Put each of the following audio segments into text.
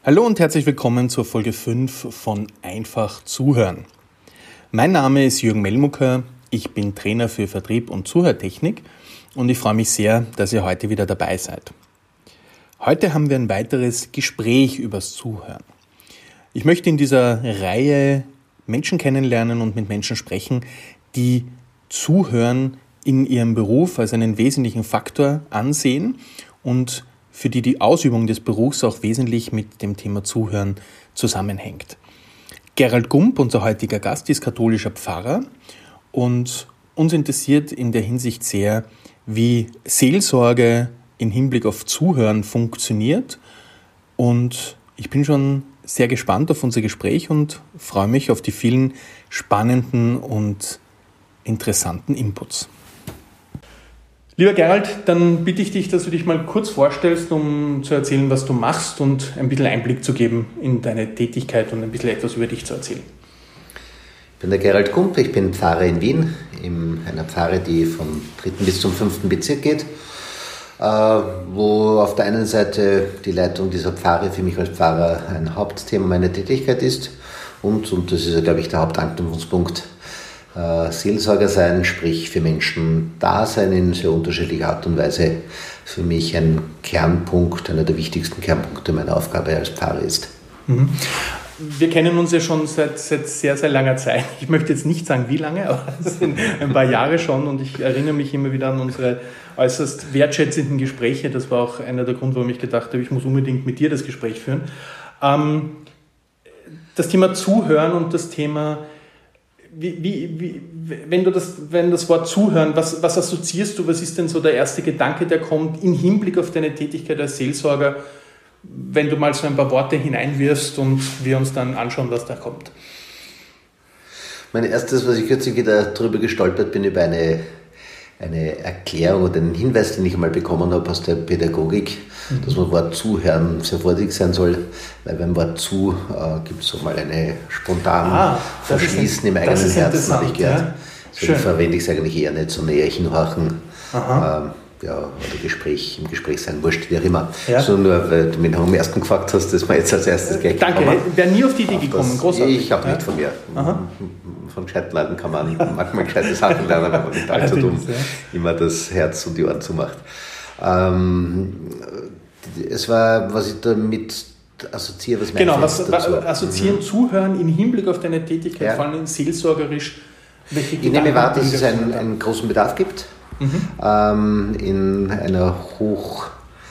Hallo und herzlich willkommen zur Folge 5 von Einfach zuhören. Mein Name ist Jürgen Mellmucker, ich bin Trainer für Vertrieb und Zuhörtechnik und ich freue mich sehr, dass ihr heute wieder dabei seid. Heute haben wir ein weiteres Gespräch übers Zuhören. Ich möchte in dieser Reihe Menschen kennenlernen und mit Menschen sprechen, die Zuhören in ihrem Beruf als einen wesentlichen Faktor ansehen und für die die Ausübung des Berufs auch wesentlich mit dem Thema Zuhören zusammenhängt. Gerald Gump, unser heutiger Gast, ist katholischer Pfarrer und uns interessiert in der Hinsicht sehr, wie Seelsorge im Hinblick auf Zuhören funktioniert, und ich bin schon sehr gespannt auf unser Gespräch und freue mich auf die vielen spannenden und interessanten Inputs. Lieber Gerald, dann bitte ich dich, dass du dich mal kurz vorstellst, um zu erzählen, was du machst und ein bisschen Einblick zu geben in deine Tätigkeit und ein bisschen etwas über dich zu erzählen. Ich bin der Gerald Gump, ich bin Pfarrer in Wien, in einer Pfarre, die vom 3. bis zum 5. Bezirk geht, wo auf der einen Seite die Leitung dieser Pfarre für mich als Pfarrer ein Hauptthema meiner Tätigkeit ist und das ist, glaube ich, der Hauptanknüpfungspunkt, Seelsorger sein, sprich für Menschen da sein in sehr unterschiedlicher Art und Weise, für mich ein Kernpunkt, einer der wichtigsten Kernpunkte meiner Aufgabe als Pfarrer ist. Mhm. Wir kennen uns ja schon seit sehr, sehr langer Zeit. Ich möchte jetzt nicht sagen, wie lange, aber es sind ein paar Jahre schon und ich erinnere mich immer wieder an unsere äußerst wertschätzenden Gespräche. Das war auch einer der Gründe, warum ich gedacht habe, ich muss unbedingt mit dir das Gespräch führen. Das Thema Zuhören und das Thema, wenn das Wort Zuhören, was assoziierst du, was ist denn so der erste Gedanke, der kommt im Hinblick auf deine Tätigkeit als Seelsorger, wenn du mal so ein paar Worte hineinwirfst und wir uns dann anschauen, was da kommt? Mein erstes, was ich kürzlich wieder darüber gestolpert bin, über eine Erklärung oder einen Hinweis, den ich einmal bekommen habe aus der Pädagogik, dass man Wort Zuhören sehr vorsichtig sein soll, weil beim Wort Zu gibt es so mal eine spontan Verschließen im eigenen Herzen, habe ich gehört. Ja. Deswegen verwende ich es eigentlich eher nicht, so näher hinhorchen. Oder im Gespräch sein, wurscht, wie auch immer. Ja. So nur, weil du mich am ersten gefragt hast, das mir jetzt als erstes gleich gekommen. Danke, wäre nie auf die Idee gekommen, großartig. Ich auch nicht von mir. Von gescheiten Leuten kann man manchmal gescheite Sachen lernen, wenn man nicht allzu dumm immer das Herz und die Ohren zumacht. Es war, was ich damit assoziiere, was genau, was assoziieren, Zuhören im Hinblick auf deine Tätigkeit, vor allem seelsorgerisch. Ich nehme wahr, dass es einen großen Bedarf gibt. In einer hoch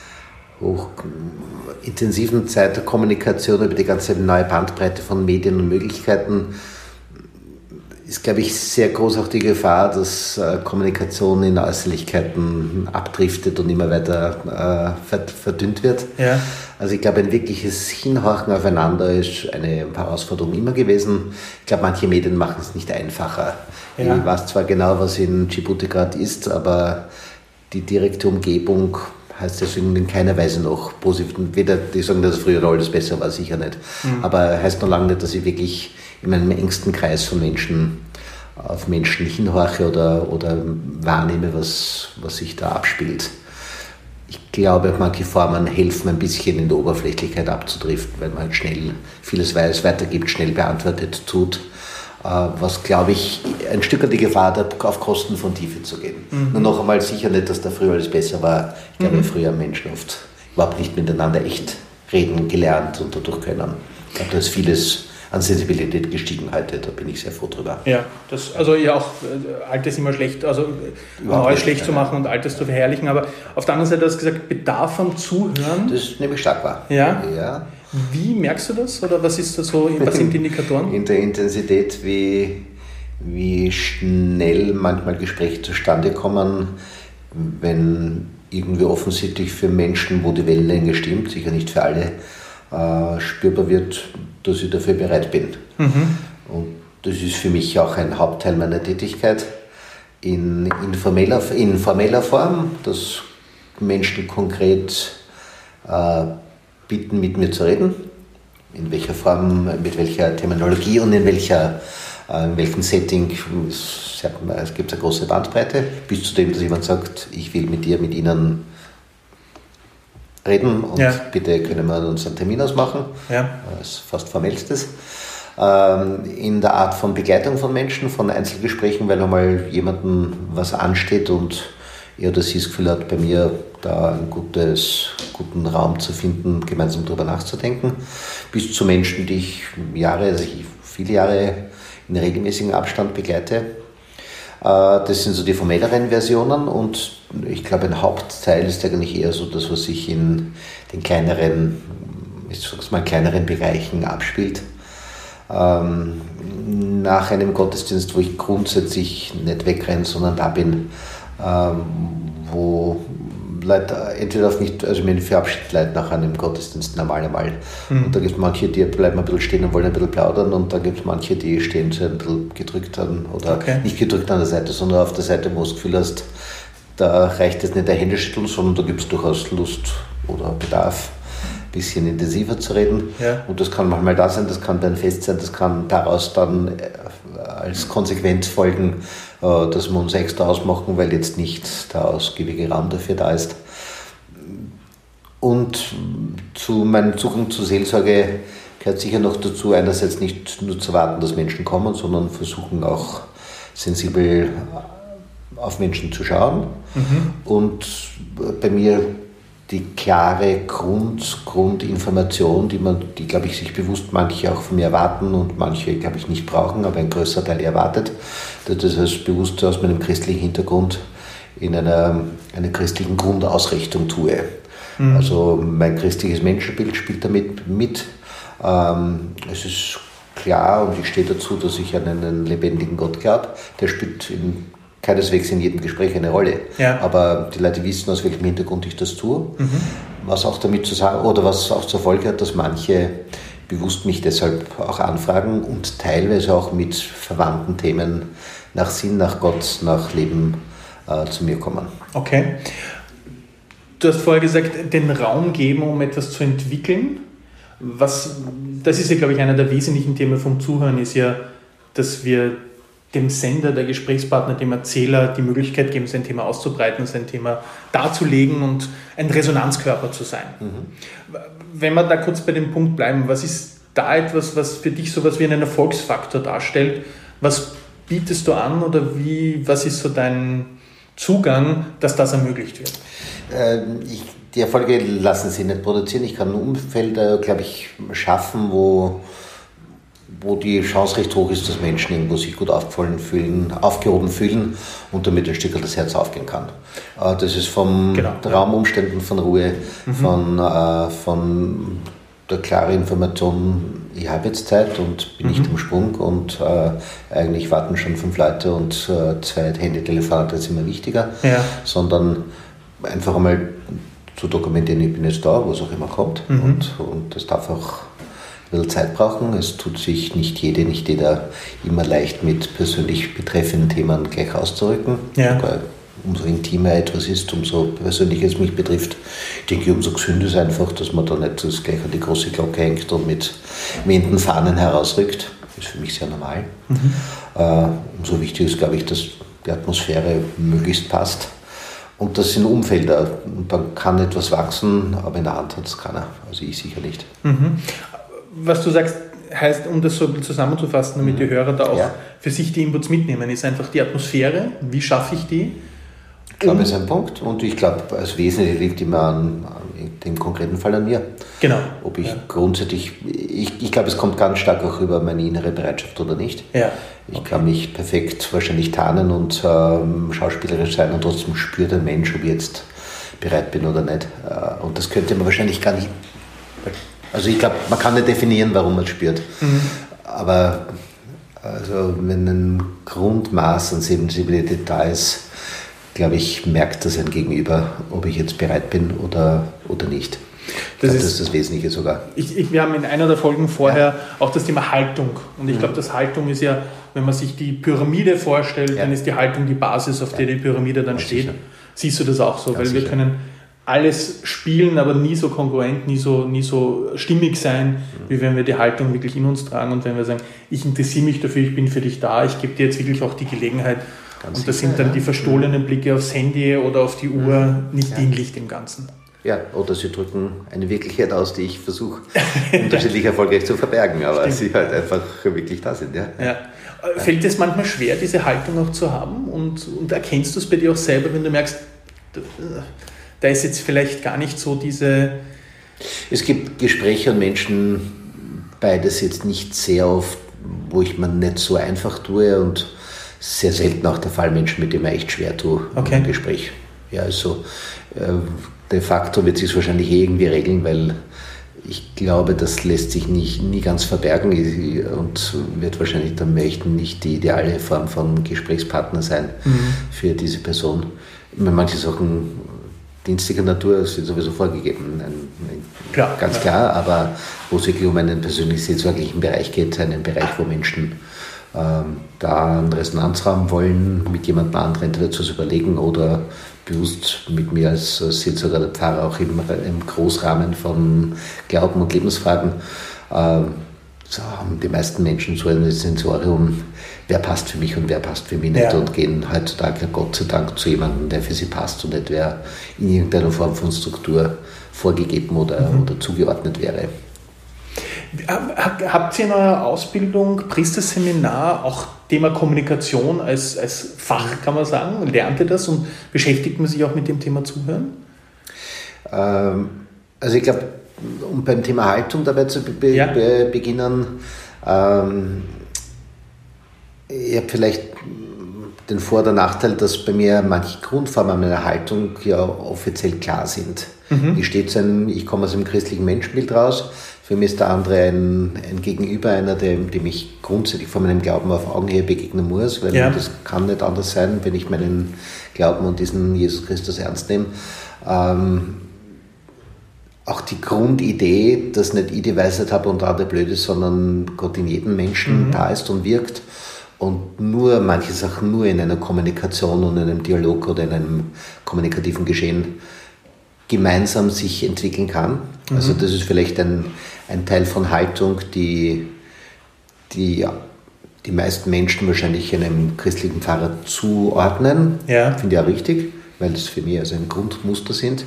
intensiven Zeit der Kommunikation über die ganze neue Bandbreite von Medien und Möglichkeiten ist, glaube ich, sehr groß auch die Gefahr, dass Kommunikation in Äußerlichkeiten abdriftet und immer weiter verdünnt wird. Ja. Also ich glaube, ein wirkliches Hinhorchen aufeinander ist eine Herausforderung immer gewesen. Ich glaube, manche Medien machen es nicht einfacher. Ja. Ich weiß zwar genau, was in Djibouti gerade ist, aber die direkte Umgebung heißt deswegen in keiner Weise noch positiv. Weder die sagen, dass es früher oder alles besser war, sicher nicht. Aber heißt noch lange nicht, dass ich wirklich in meinem engsten Kreis von Menschen auf Menschen hinhorche oder wahrnehme, was sich da abspielt. Ich glaube, manche Formen helfen ein bisschen in der Oberflächlichkeit abzudriften, weil man halt schnell vieles weiß, weitergibt, schnell beantwortet, tut. Was, glaube ich, ein Stück an die Gefahr hat, auf Kosten von Tiefe zu gehen. Nur noch einmal sicher nicht, dass da früher alles besser war. Ich glaube, früher haben Menschen oft überhaupt nicht miteinander echt reden gelernt und dadurch können. Ich glaube, da ist vieles an Sensibilität gestiegen heute, da bin ich sehr froh drüber. Ja, auch Altes immer schlecht, also Neues schlecht zu machen und Altes zu verherrlichen, aber auf der anderen Seite hast du gesagt, Bedarf am Zuhören. Das ist nämlich stark wahr. Ja. Wie merkst du das oder was ist da so, was sind die Indikatoren? In der Intensität, wie schnell manchmal Gespräche zustande kommen, wenn irgendwie offensichtlich für Menschen, wo die Wellenlänge stimmt, sicher nicht für alle, spürbar wird, dass ich dafür bereit bin. Und das ist für mich auch ein Hauptteil meiner Tätigkeit in formeller Form, dass Menschen konkret bitten, mit mir zu reden, in welcher Form, mit welcher Terminologie und in welchem Setting. Es gibt eine große Bandbreite, bis zu dem, dass jemand sagt, ich will mit Ihnen reden und bitte können wir uns einen Termin ausmachen. Ja. Das ist fast formellstes. In der Art von Begleitung von Menschen, von Einzelgesprächen, weil einmal jemandem was ansteht und er oder sie das Gefühl hat, bei mir da einen guten Raum zu finden, gemeinsam darüber nachzudenken, bis zu Menschen, die ich viele Jahre in regelmäßigem Abstand begleite. Das sind so die formelleren Versionen und ich glaube, ein Hauptteil ist eigentlich eher so das, was sich in den kleineren Bereichen abspielt. Nach einem Gottesdienst, wo ich grundsätzlich nicht wegrenne, sondern da bin, wo Leute entweder auf mich, also mir verabschiedet Leute nach einem Gottesdienst normal einmal. Und da gibt es manche, die bleiben ein bisschen stehen und wollen ein bisschen plaudern und da gibt es manche, die stehen so ein bisschen gedrückt an oder nicht gedrückt an der Seite, sondern auf der Seite, wo du das Gefühl hast, da reicht jetzt nicht der Händeschütteln, sondern da gibt es durchaus Lust oder Bedarf, ein bisschen intensiver zu reden. Ja. Und das kann manchmal da sein, das kann dann fest sein, das kann daraus dann als Konsequenz folgen, dass wir uns extra ausmachen, weil jetzt nicht der ausgiebige Raum dafür da ist. Und zu meinem Zugang zur Seelsorge gehört sicher noch dazu, einerseits nicht nur zu warten, dass Menschen kommen, sondern versuchen auch sensibel auf Menschen zu schauen. Und bei mir die klare Grundinformation, die glaube ich, sich bewusst manche auch von mir erwarten und manche, glaube ich, nicht brauchen, aber ein größerer Teil erwartet, das heißt bewusst aus meinem christlichen Hintergrund in einer christlichen Grundausrichtung tue. Also mein christliches Menschenbild spielt damit mit. Es ist klar und ich stehe dazu, dass ich an einen lebendigen Gott glaube. Der spielt keineswegs in jedem Gespräch eine Rolle. Ja. Aber die Leute wissen, aus welchem Hintergrund ich das tue. Was auch damit zu sagen, oder was auch zur Folge hat, dass manche bewusst mich deshalb auch anfragen und teilweise auch mit verwandten Themen nach Sinn, nach Gott, nach Leben zu mir kommen. Okay. Du hast vorher gesagt, den Raum geben, um etwas zu entwickeln. Das ist ja, glaube ich, einer der wesentlichen Themen vom Zuhören, ist ja, dass wir dem Sender, der Gesprächspartner, dem Erzähler die Möglichkeit geben, sein Thema auszubreiten, sein Thema darzulegen und ein Resonanzkörper zu sein. Wenn wir da kurz bei dem Punkt bleiben, was ist da etwas, was für dich so etwas wie einen Erfolgsfaktor darstellt? Was bietest du an oder was ist so dein Zugang, dass das ermöglicht wird? Die Erfolge lassen sich nicht produzieren. Ich kann ein Umfeld, glaube ich, schaffen, wo die Chance recht hoch ist, dass Menschen irgendwo sich gut aufgehoben fühlen und damit ein Stück das Herz aufgehen kann. Das ist vom Raumumständen, von Ruhe, von der klaren Information, ich habe jetzt Zeit und bin nicht im Sprung und eigentlich warten schon 5 Leute und 2 Handy-Telefonate ist immer wichtiger, sondern einfach einmal zu dokumentieren, ich bin jetzt da, was auch immer kommt und das darf auch ein bisschen Zeit brauchen. Es tut sich nicht jeder immer leicht mit persönlich betreffenden Themen gleich auszurücken. Ja. Umso intimer etwas ist, umso persönlicher es mich betrifft. Ich denke, umso gesünder ist einfach, dass man da nicht das gleich an die große Glocke hängt und mit wehenden Fahnen herausrückt. Das ist für mich sehr normal. Umso wichtiger ist, glaube ich, dass die Atmosphäre möglichst passt. Und das sind Umfelder. Man kann etwas wachsen, aber in der Hand hat es keiner. Also ich sicher nicht. Was du sagst, heißt, um das so zusammenzufassen, damit die Hörer da auch für sich die Inputs mitnehmen, ist einfach die Atmosphäre. Wie schaffe ich die? Ich glaube, das ist ein Punkt. Und ich glaube, das Wesentliche liegt immer an dem konkreten Fall an mir. Genau. Ob ich grundsätzlich, ich glaube, es kommt ganz stark auch über meine innere Bereitschaft oder nicht. Ja. Ich kann mich perfekt wahrscheinlich tarnen und schauspielerisch sein und trotzdem spürt ein Mensch, ob ich jetzt bereit bin oder nicht. Und das könnte man wahrscheinlich gar nicht. Also ich glaube, man kann nicht definieren, warum man es spürt. Aber also wenn ein Grundmaß an Sensibilität da ist, glaube ich, merkt das ein Gegenüber, ob ich jetzt bereit bin oder nicht. Das ist das Wesentliche sogar. Wir haben in einer der Folgen vorher auch das Thema Haltung. Und ich glaube, das Haltung ist ja, wenn man sich die Pyramide vorstellt, dann ist die Haltung die Basis, auf der die Pyramide dann steht. Sicher. Siehst du das auch so? Weil wir können alles spielen, aber nie so kongruent, nie so stimmig sein, wie wenn wir die Haltung wirklich in uns tragen und wenn wir sagen, ich interessiere mich dafür, ich bin für dich da, ich gebe dir jetzt wirklich auch die Gelegenheit. Und das sind dann die verstohlenen Blicke aufs Handy oder auf die Uhr nicht dienlich dem Ganzen. Ja, oder sie drücken eine Wirklichkeit aus, die ich versuche, unterschiedlich erfolgreich zu verbergen, aber sie halt einfach wirklich da sind. Ja. Ja. Fällt es manchmal schwer, diese Haltung auch zu haben? Und erkennst du es bei dir auch selber, wenn du merkst, da ist jetzt vielleicht gar nicht so diese... Es gibt Gespräche und Menschen, beides jetzt nicht sehr oft, wo ich mir nicht so einfach tue und sehr selten auch der Fall Menschen, mit denen man echt schwer tue im Gespräch. Ja, also de facto wird es sich wahrscheinlich irgendwie regeln, weil ich glaube, das lässt sich nie ganz verbergen und wird wahrscheinlich dann nicht die ideale Form von Gesprächspartner sein für diese Person. Manche Sachen dienstlicher Natur sind sowieso vorgegeben, ganz klar, aber wo es wirklich um einen persönlich seelsorglichen Bereich geht, einen Bereich, wo Menschen da einen Resonanzraum wollen, mit jemand anderen entweder zu überlegen oder bewusst mit mir als Seelsorger oder Pfarrer auch im Großrahmen von Glauben und Lebensfragen. So haben die meisten Menschen so ein Sensorium, wer passt für mich und wer passt für mich nicht, und gehen heutzutage Gott sei Dank zu jemandem, der für sie passt und nicht wer in irgendeiner Form von Struktur vorgegeben oder zugeordnet wäre. Habt ihr in eurer Ausbildung, Priesterseminar, auch Thema Kommunikation als Fach, kann man sagen? Lernt ihr das und beschäftigt man sich auch mit dem Thema Zuhören? Also ich glaube, um beim Thema Haltung dabei zu beginnen, ich habe vielleicht den Vor- oder Nachteil, dass bei mir manche Grundformen meiner Haltung ja offiziell klar sind. Ich komme aus einem christlichen Menschenbild raus. Für mich ist der andere ein Gegenüber, einer, dem ich grundsätzlich von meinem Glauben auf Augenhöhe begegnen muss, weil das kann nicht anders sein, wenn ich meinen Glauben und diesen Jesus Christus ernst nehme. Auch die Grundidee, dass nicht ich die Weisheit habe und der blöd ist, sondern Gott in jedem Menschen da ist und wirkt und nur manche Sachen nur in einer Kommunikation und in einem Dialog oder in einem kommunikativen Geschehen gemeinsam sich entwickeln kann. Also das ist vielleicht ein Teil von Haltung, die meisten Menschen wahrscheinlich einem christlichen Pfarrer zuordnen. Ja. Finde ich auch richtig, weil das für mich also ein Grundmuster sind.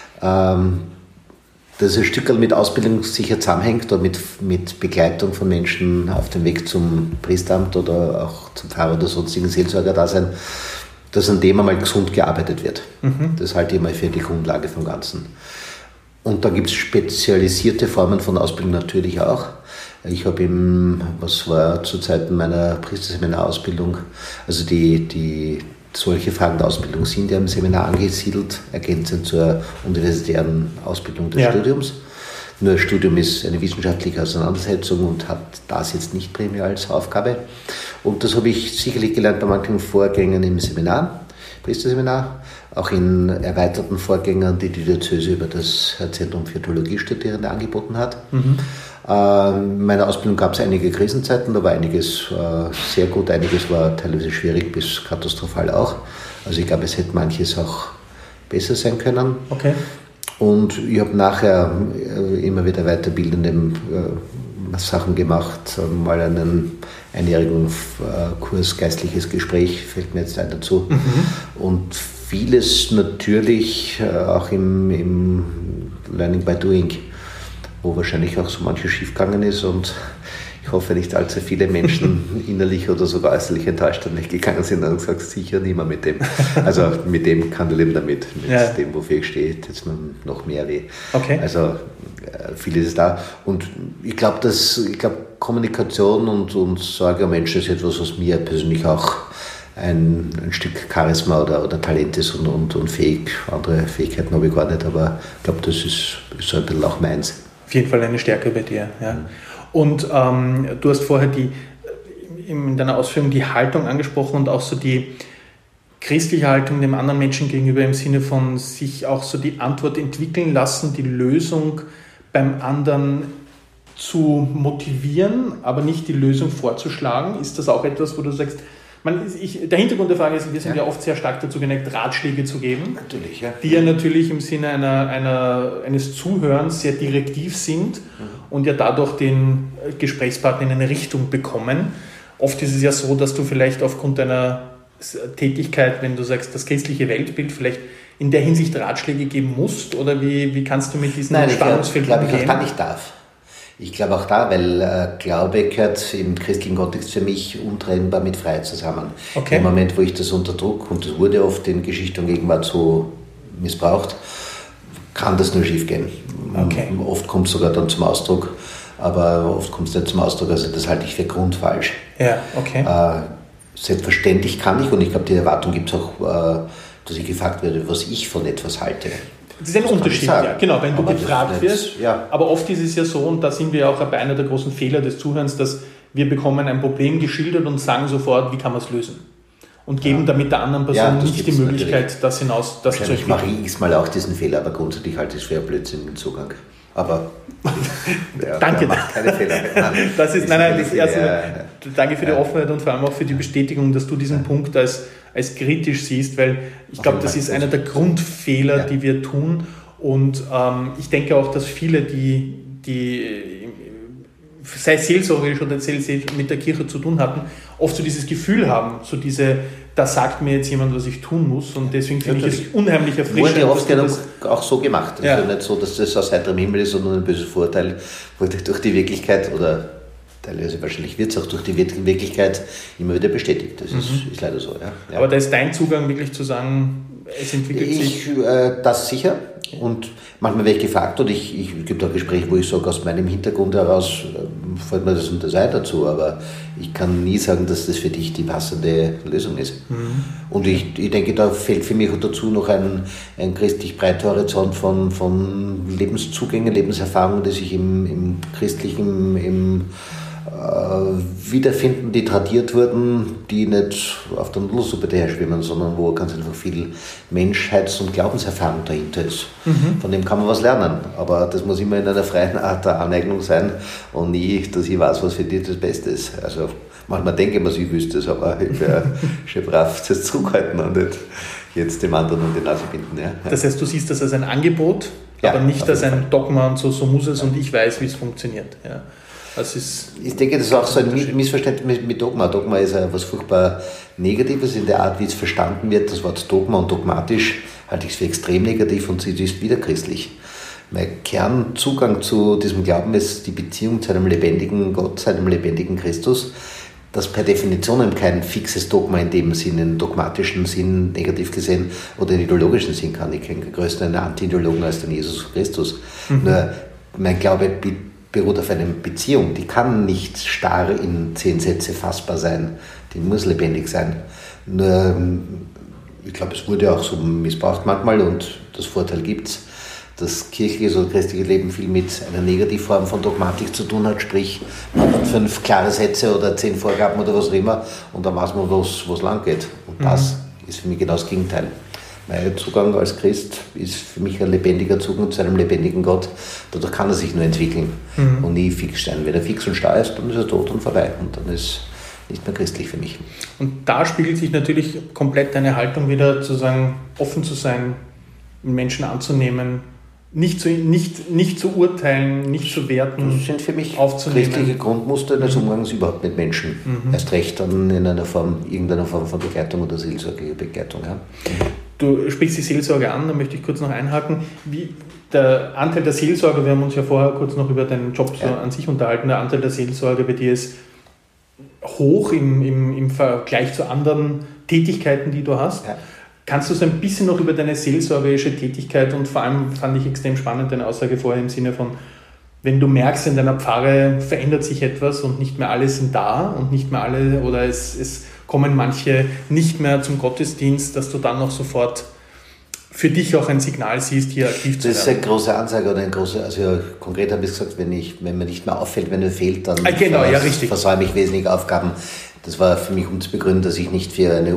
Dass ein Stück mit Ausbildung sicher zusammenhängt oder mit Begleitung von Menschen auf dem Weg zum Priesteramt oder auch zum Pfarrer oder sonstigen Seelsorger-Dasein, dass an dem einmal gesund gearbeitet wird. Das halte ich mal für die Grundlage vom Ganzen. Und dann gibt es spezialisierte Formen von Ausbildung natürlich auch. Ich habe was war zu Zeiten meiner Priesterseminarausbildung, also die solche Fragen der Ausbildung sind ja im Seminar angesiedelt, ergänzend zur universitären Ausbildung des Studiums. Nur das Studium ist eine wissenschaftliche Auseinandersetzung und hat das jetzt nicht primär als Aufgabe. Und das habe ich sicherlich gelernt bei manchen Vorgängern im Seminar, Priesterseminar, auch in erweiterten Vorgängern, die Diözese über das Zentrum für Theologiestudierende angeboten hat. In meiner Ausbildung gab es einige Krisenzeiten, da war einiges sehr gut, einiges war teilweise schwierig bis katastrophal auch. Also ich glaube, es hätte manches auch besser sein können. Okay. Und ich habe nachher immer wieder weiterbildende Sachen gemacht, mal einen einjährigen Kurs Geistliches Gespräch, fällt mir jetzt ein dazu. Und vieles natürlich auch im Learning by Doing, wo wahrscheinlich auch so manches schiefgegangen ist und ich hoffe nicht allzu viele Menschen innerlich oder sogar äußerlich enttäuscht und nicht gegangen sind und gesagt, sicher nicht mehr mit dem. Also mit dem kann ich leben damit, mit dem, wofür ich stehe, jetzt noch mehr weh. Okay. Also vieles ist da und ich glaube, Kommunikation und Sorge um Menschen ist etwas, was mir persönlich auch ein Stück Charisma oder Talent ist und fähig. Andere Fähigkeiten habe ich gar nicht, aber ich glaube, das ist so ein bisschen auch meins. Auf jeden Fall eine Stärke bei dir. Ja. Und du hast vorher in deiner Ausführung die Haltung angesprochen und auch so die christliche Haltung dem anderen Menschen gegenüber im Sinne von sich auch so die Antwort entwickeln lassen, die Lösung beim anderen zu motivieren, aber nicht die Lösung vorzuschlagen. Ist das auch etwas, wo du sagst, der Hintergrund der Frage ist, wir sind ja oft sehr stark dazu geneigt, Ratschläge zu geben, natürlich, die ja natürlich im Sinne eines Zuhörens sehr direktiv sind und ja dadurch den Gesprächspartner in eine Richtung bekommen. Oft ist es ja so, dass du vielleicht aufgrund deiner Tätigkeit, wenn du sagst, das christliche Weltbild, vielleicht in der Hinsicht Ratschläge geben musst? Oder wie kannst du mit diesen Spannungsfeldern umgehen? Nein, ich glaube auch da nicht darf. Ich glaube auch da, weil Glaube gehört im christlichen Kontext für mich untrennbar mit Freiheit zusammen. Okay. Im Moment, wo ich das unter Druck, und das wurde oft in Geschichte und Gegenwart so missbraucht, kann das nur schief gehen. Okay. Oft kommt es sogar dann zum Ausdruck, aber oft kommt es nicht zum Ausdruck, also das halte ich für grundfalsch. Ja, okay. Selbstverständlich kann ich, und ich glaube, die Erwartung gibt es auch, dass ich gefragt werde, was ich von etwas halte. Das ist ein Unterschied, ja, genau, wenn du gefragt wirst. Ja. Aber oft ist es ja so, und da sind wir auch bei einer der großen Fehler des Zuhörens, dass wir bekommen ein Problem geschildert und sagen sofort, wie kann man es lösen? Und geben damit der anderen Person nicht die Möglichkeit, das zu entwickeln. Ich mache x-mal auch diesen Fehler, aber grundsätzlich halte ich es für einen blödsinnigen Zugang. Aber danke. Macht keine Fehler. Danke für die Offenheit und vor allem auch für die Bestätigung, dass du diesen Punkt als kritisch siehst, weil ich glaube, das ist einer der Grundfehler, die wir tun. Und ich denke auch, dass viele, die sei es seelsorgerisch oder mit der Kirche zu tun hatten, oft so dieses Gefühl haben, da sagt mir jetzt jemand, was ich tun muss, und deswegen finde ich es unheimlich erfrischend. Wurde oft auch so gemacht. Es ist nicht so, dass das aus heiterem Himmel ist, sondern ein böses Vorurteil wurde durch die Wirklichkeit, oder teilweise wahrscheinlich wird es auch durch die Wirklichkeit immer wieder bestätigt. Das ist leider so. Ja. Aber da ist dein Zugang wirklich zu sagen, es entwickelt sich? Das sicher. Und manchmal werde ich gefragt, und es gibt auch Gespräche, wo ich sage, aus meinem Hintergrund heraus fällt mir das und das ein dazu, aber ich kann nie sagen, dass das für dich die passende Lösung ist. Und ich denke, da fehlt für mich dazu noch ein christlich breiter Horizont von Lebenszugängen, Lebenserfahrungen, die sich im Christlichen, wiederfinden, die tradiert wurden, die nicht auf der Nudelsuppe daherschwimmen, sondern wo ganz einfach viel Menschheits- und Glaubenserfahrung dahinter ist. Von dem kann man was lernen, aber das muss immer in einer freien Art der Aneignung sein und nie, dass ich weiß, was für dich das Beste ist. Also manchmal denke ich mir, ich wüsste es, aber ich wäre schon brav das zurückhalten und nicht jetzt dem anderen um die Nase binden. Ja. Das heißt, du siehst das als ein Angebot, aber nicht als ein Dogma und so muss es und ich weiß, wie es funktioniert. Ja. Ich denke, das ist auch so ein Missverständnis mit Dogma. Dogma ist etwas furchtbar Negatives in der Art, wie es verstanden wird. Das Wort Dogma und dogmatisch halte ich es für extrem negativ und es ist wieder christlich. Mein Kernzugang zu diesem Glauben ist die Beziehung zu einem lebendigen Gott, zu einem lebendigen Christus, das per Definition kein fixes Dogma in dem Sinn, in dogmatischen Sinn, negativ gesehen, oder in ideologischen Sinn kann. Ich kenne größten Anti-Ideologen als den Jesus Christus. Nur mein Glaube beruht auf einer Beziehung, die kann nicht starr in 10 Sätze fassbar sein, die muss lebendig sein. Nur, ich glaube, es wurde auch so missbraucht manchmal und das Vorteil gibt es, dass kirchliches oder christliches Leben viel mit einer Negativform von Dogmatik zu tun hat, sprich, man hat 5 klare Sätze oder 10 Vorgaben oder was auch immer und dann weiß man, wo es lang geht. Und das ist für mich genau das Gegenteil. Mein Zugang als Christ ist für mich ein lebendiger Zugang zu einem lebendigen Gott. Dadurch kann er sich nur entwickeln und nie fix sein. Wenn er fix und starr ist, dann ist er tot und vorbei. Und dann ist nicht mehr christlich für mich. Und da spiegelt sich natürlich komplett deine Haltung wieder, zu sagen, offen zu sein, Menschen anzunehmen, nicht zu urteilen, nicht zu werten. Das sind für mich christliche Grundmuster des Umgangs überhaupt mit Menschen. Erst recht dann in irgendeiner Form von Begleitung oder seelsorgliche Begleitung. Ja. Du sprichst die Seelsorge an, da möchte ich kurz noch einhaken. Wie der Anteil der Seelsorge, wir haben uns ja vorher kurz noch über deinen Job so an sich unterhalten, der Anteil der Seelsorge bei dir ist hoch im Vergleich zu anderen Tätigkeiten, die du hast. Ja. Kannst du so ein bisschen noch über deine seelsorgerische Tätigkeit und vor allem fand ich extrem spannend deine Aussage vorher im Sinne von, wenn du merkst, in deiner Pfarre verändert sich etwas und nicht mehr alle sind da und nicht mehr alle oder es kommen manche nicht mehr zum Gottesdienst, dass du dann noch sofort für dich auch ein Signal siehst, hier aktiv zu werden. Das ist eine große Ansage oder konkret habe ich gesagt, wenn mir nicht mehr auffällt, wenn er fehlt, dann versäume ich wesentliche Aufgaben. Das war für mich, um zu begründen, dass ich nicht für eine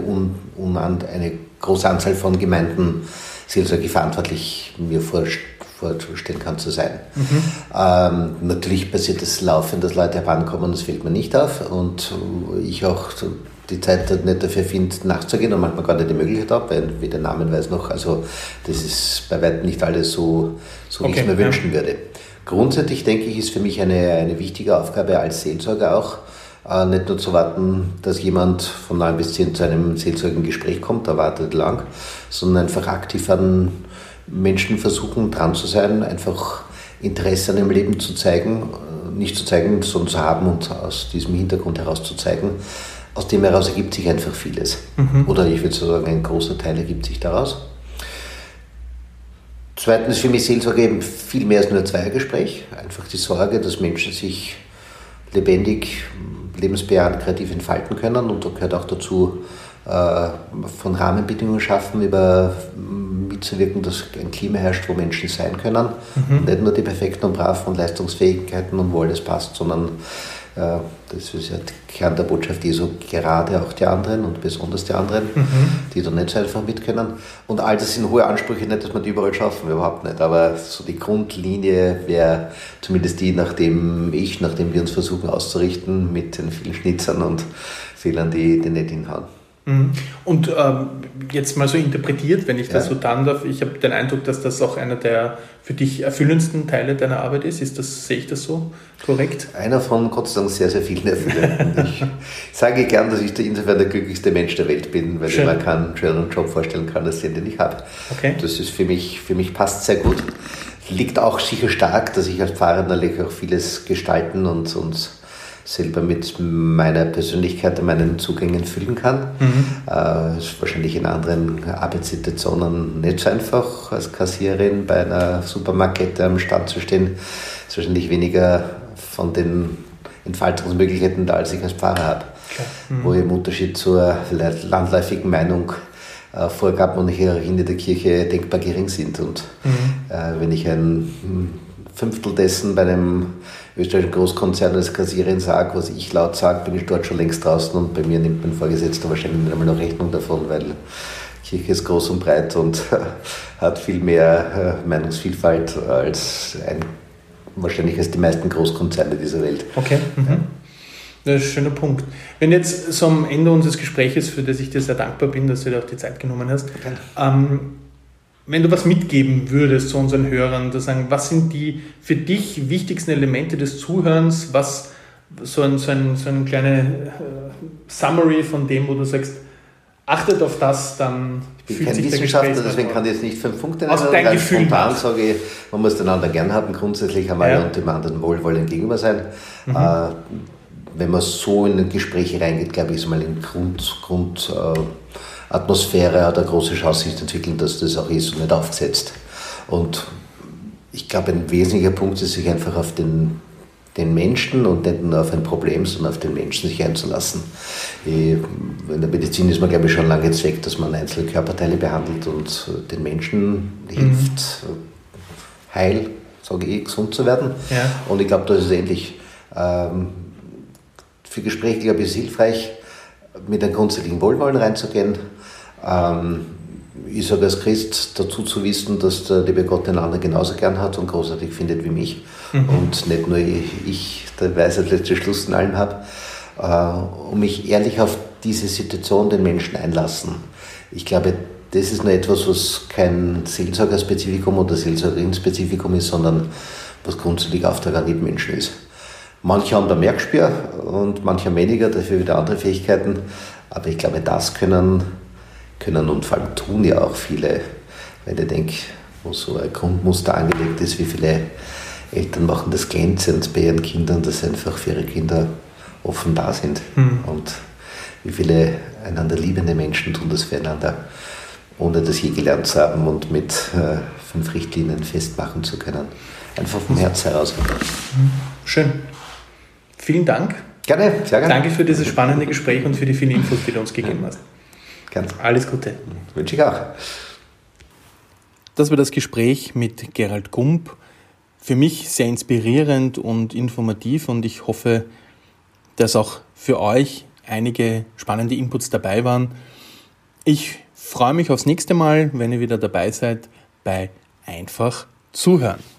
große Anzahl von Gemeinden seelsorglich verantwortlich mir vorstellen kann zu sein. Natürlich passiert es laufend, dass Leute herankommen, das fällt mir nicht auf und ich auch die Zeit nicht dafür finde, nachzugehen und manchmal gar nicht die Möglichkeit habe, weil wie der Name weiß noch, also das ist bei weitem nicht alles so wie ich es mir wünschen würde. Grundsätzlich denke ich, ist für mich eine wichtige Aufgabe als Seelsorger auch, Nicht nur zu warten, dass jemand von 9 bis 10 zu einem seelsorgigen Gespräch kommt, da wartet lang, sondern einfach aktiv an Menschen versuchen, dran zu sein, einfach Interesse an dem Leben zu zeigen, nicht zu zeigen, sondern zu haben und aus diesem Hintergrund heraus zu zeigen. Aus dem heraus ergibt sich einfach vieles. Oder ich würde sagen, ein großer Teil ergibt sich daraus. Zweitens für mich Seelsorge eben viel mehr als nur ein Zweiergespräch. Einfach die Sorge, dass Menschen sich lebendig, lebensbejahend, kreativ entfalten können. Und da gehört auch dazu, von Rahmenbedingungen schaffen, über mitzuwirken, dass ein Klima herrscht, wo Menschen sein können. Nicht nur die perfekten und braven und Leistungsfähigkeiten und wo alles passt, sondern das ist ja der Kern der Botschaft Jesu, gerade auch die anderen und besonders die anderen, die da nicht so einfach mit können. Und all das sind hohe Ansprüche, nicht, dass wir die überall schaffen, überhaupt nicht. Aber so die Grundlinie wäre zumindest die, nachdem wir uns versuchen auszurichten, mit den vielen Schnitzern und Fehlern, die nicht hinhauen. Und jetzt mal so interpretiert, wenn ich das so tun darf, ich habe den Eindruck, dass das auch einer der für dich erfüllendsten Teile deiner Arbeit ist. Sehe ich das so korrekt? Einer von Gott sei Dank sehr, sehr vielen erfüllenden. Ich sage gern, dass ich insofern der glücklichste Mensch der Welt bin, weil ich mir keinen schöneren Job vorstellen kann, als den ich habe. Okay. Das ist für mich passt sehr gut. Liegt auch sicher stark, dass ich als Pfarrer natürlich auch vieles gestalten und selber mit meiner Persönlichkeit und meinen Zugängen füllen kann. Ist wahrscheinlich in anderen Arbeitssituationen nicht so einfach, als Kassiererin bei einer Supermarktkette am Stand zu stehen. Ist wahrscheinlich weniger von den Entfaltungsmöglichkeiten da, als ich als Pfarrer habe. Wo ich im Unterschied zur landläufigen Meinung Vorgaben und Hierarchien in der Kirche denkbar gering sind. Und wenn ich ein Fünftel dessen bei einem österreichischen Großkonzern als Kassiererin sage, was ich laut sage, bin ich dort schon längst draußen und bei mir nimmt mein Vorgesetzter wahrscheinlich nicht einmal noch Rechnung davon, weil Kirche ist groß und breit und hat viel mehr Meinungsvielfalt wahrscheinlich als die meisten Großkonzerne dieser Welt. Okay. Das ist ein schöner Punkt. Wenn jetzt so am Ende unseres Gesprächs, für das ich dir sehr dankbar bin, dass du dir auch die Zeit genommen hast, wenn du was mitgeben würdest zu unseren Hörern, zu sagen, was sind die für dich wichtigsten Elemente des Zuhörens, was so ein kleine Summary von dem, wo du sagst, achtet auf das, dann ich bin kein Wissenschaftler, deswegen kann ich jetzt nicht 5 Punkte nennen. Also dein Gefühl. Spontan sage ich, man muss den anderen gern haben, grundsätzlich einmal und dem anderen wohlwollend gegenüber sein. Wenn man so in ein Gespräch reingeht, glaube ich, ist mal in Atmosphäre hat eine große Chance, sich zu entwickeln, dass das auch ist und nicht aufgesetzt. Und ich glaube, ein wesentlicher Punkt ist, sich einfach auf den Menschen und nicht nur auf ein Problem, sondern auf den Menschen sich einzulassen. In der Medizin ist man, glaube ich, schon lange jetzt weg, dass man einzelne Körperteile behandelt und den Menschen hilft, heil, sage ich, gesund zu werden. Ja. Und ich glaube, das ist ähnlich. Für Gespräche, glaube ich, ist es hilfreich, mit einem grundsätzlichen Wohlwollen reinzugehen. Ich sage als Christ dazu zu wissen, dass der liebe Gott den anderen genauso gern hat und großartig findet wie mich. Und nicht nur ich der Weisheit letzte Schluss in allem habe. Und mich ehrlich auf diese Situation den Menschen einlassen. Ich glaube, das ist nur etwas, was kein Seelsorgerspezifikum oder Seelsorgerin-Spezifikum ist, sondern was grundsätzlich Auftrag an jedem Menschen ist. Manche haben da mehr Gespür und manche weniger, dafür wieder andere Fähigkeiten. Aber ich glaube, das können und vor allem tun ja auch viele. Weil ich denke, wo so ein Grundmuster angelegt ist, wie viele Eltern machen das glänzend bei ihren Kindern, dass sie einfach für ihre Kinder offen da sind. Und wie viele einander liebende Menschen tun das füreinander, ohne das je gelernt zu haben und mit 5 Richtlinien festmachen zu können. Einfach vom Herz heraus. Schön. Vielen Dank. Gerne, sehr gerne. Danke für dieses spannende Gespräch und für die vielen Infos, die du uns gegeben hast. Gerne. Alles Gute. Wünsche ich auch. Das war das Gespräch mit Gerald Gump. Für mich sehr inspirierend und informativ und ich hoffe, dass auch für euch einige spannende Inputs dabei waren. Ich freue mich aufs nächste Mal, wenn ihr wieder dabei seid bei Einfach zuhören.